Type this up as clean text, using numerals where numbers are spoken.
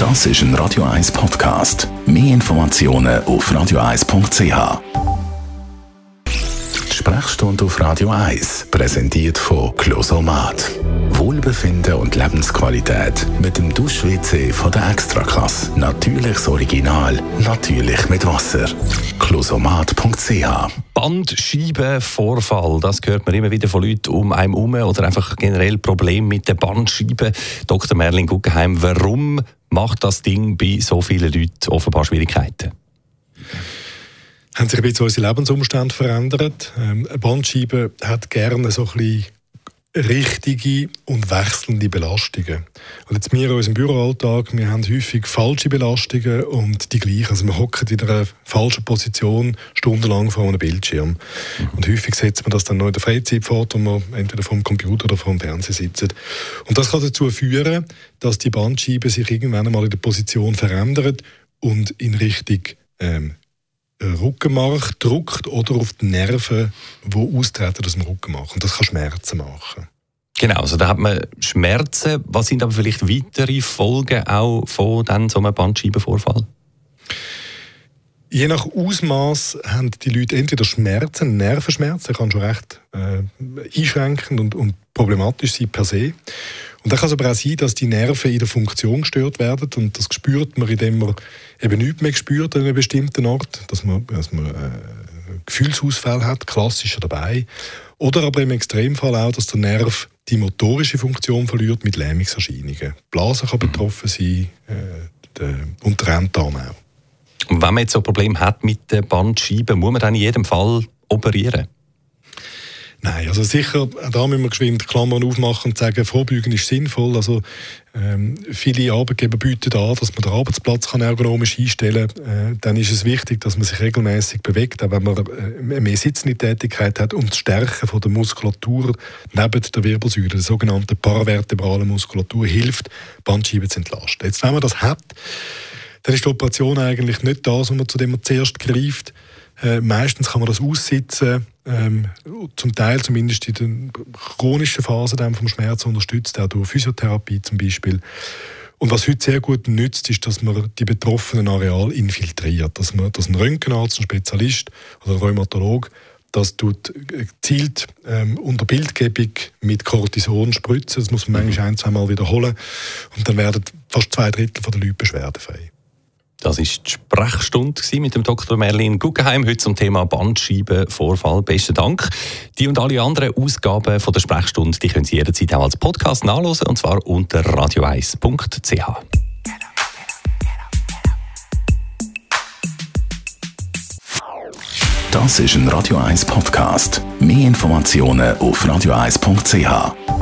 Das ist ein Radio 1 Podcast. Mehr Informationen auf radio1.ch. Die Sprechstunde auf Radio 1, präsentiert von Closomat. Wohlbefinden und Lebensqualität mit dem Dusch-WC von der Extraklasse. Natürliches Original, natürlich mit Wasser. Closomat.ch. Bandscheibenvorfall, das hört man immer wieder von Leuten um einen herum oder einfach generell Probleme mit den Bandscheiben. Dr. Merlin Guggenheim, warum macht das Ding bei so vielen Leuten offenbar Schwierigkeiten? Haben sich ein bisschen unsere Lebensumstände verändert. Eine Bandscheibe hat gerne so ein bisschen richtige und wechselnde Belastungen. Und jetzt wir in unserem Büroalltag, wir haben häufig falsche Belastungen und die gleichen. Also wir hocken in einer falschen Position stundenlang vor einem Bildschirm. Und häufig setzt man das dann noch in der Freizeit fort, wo man entweder vor dem Computer oder vor dem Fernseher sitzt. Und das kann dazu führen, dass die Bandscheibe sich irgendwann einmal in der Position verändert und in Richtung Rückenmark drückt oder auf die Nerven, die austreten aus dem Rückenmark. Und das kann Schmerzen machen. Genau, also da hat man Schmerzen. Was sind aber vielleicht weitere Folgen auch von so einem Bandscheibenvorfall? Je nach Ausmaß haben die Leute entweder Schmerzen, Nervenschmerzen, kann schon recht einschränkend und problematisch sein per se. Und dann kann es aber auch sein, dass die Nerven in der Funktion gestört werden. Und das spürt man, indem man eben nichts mehr spürt an einem bestimmten Ort, dass man Gefühlsausfall hat, klassischer dabei. Oder aber im Extremfall auch, dass der Nerv die motorische Funktion verliert mit Lähmungserscheinungen. Die Blase kann betroffen sein, und der Enddarm auch. Und wenn man jetzt so ein Problem hat mit den Bandscheiben, muss man dann in jedem Fall operieren? Nein, also sicher, da müssen wir geschwind Klammern aufmachen und sagen, Vorbeugen ist sinnvoll. Also, viele Arbeitgeber bieten an, dass man den Arbeitsplatz ergonomisch einstellen kann. Dann ist es wichtig, dass man sich regelmäßig bewegt, auch wenn man mehr sitzende Tätigkeit hat, um das Stärken von der Muskulatur neben der Wirbelsäule, der sogenannten paravertebralen Muskulatur, hilft, Bandscheiben zu entlasten. Jetzt, wenn man das hat, dann ist die Operation eigentlich nicht das, zu dem man zuerst greift. Meistens kann man das aussitzen, zum Teil zumindest in den chronischen Phasen vom Schmerz unterstützt, auch durch Physiotherapie zum Beispiel. Und was heute sehr gut nützt, ist, dass man die betroffenen Areale infiltriert. Dass ein Röntgenarzt, ein Spezialist oder ein Rheumatolog das tut gezielt unter Bildgebung mit Cortison spritzen. Das muss man manchmal 1-2 Mal wiederholen. Und dann werden fast 2/3 der Leute beschwerdefrei. Das war die Sprechstunde mit dem Dr. Merlin Guggenheim, heute zum Thema Bandscheibenvorfall. Besten Dank. Die und alle anderen Ausgaben von der Sprechstunde, die können Sie jederzeit auch als Podcast nachhören, und zwar unter radio1.ch. Das ist ein Radio 1 Podcast. Mehr Informationen auf radio1.ch.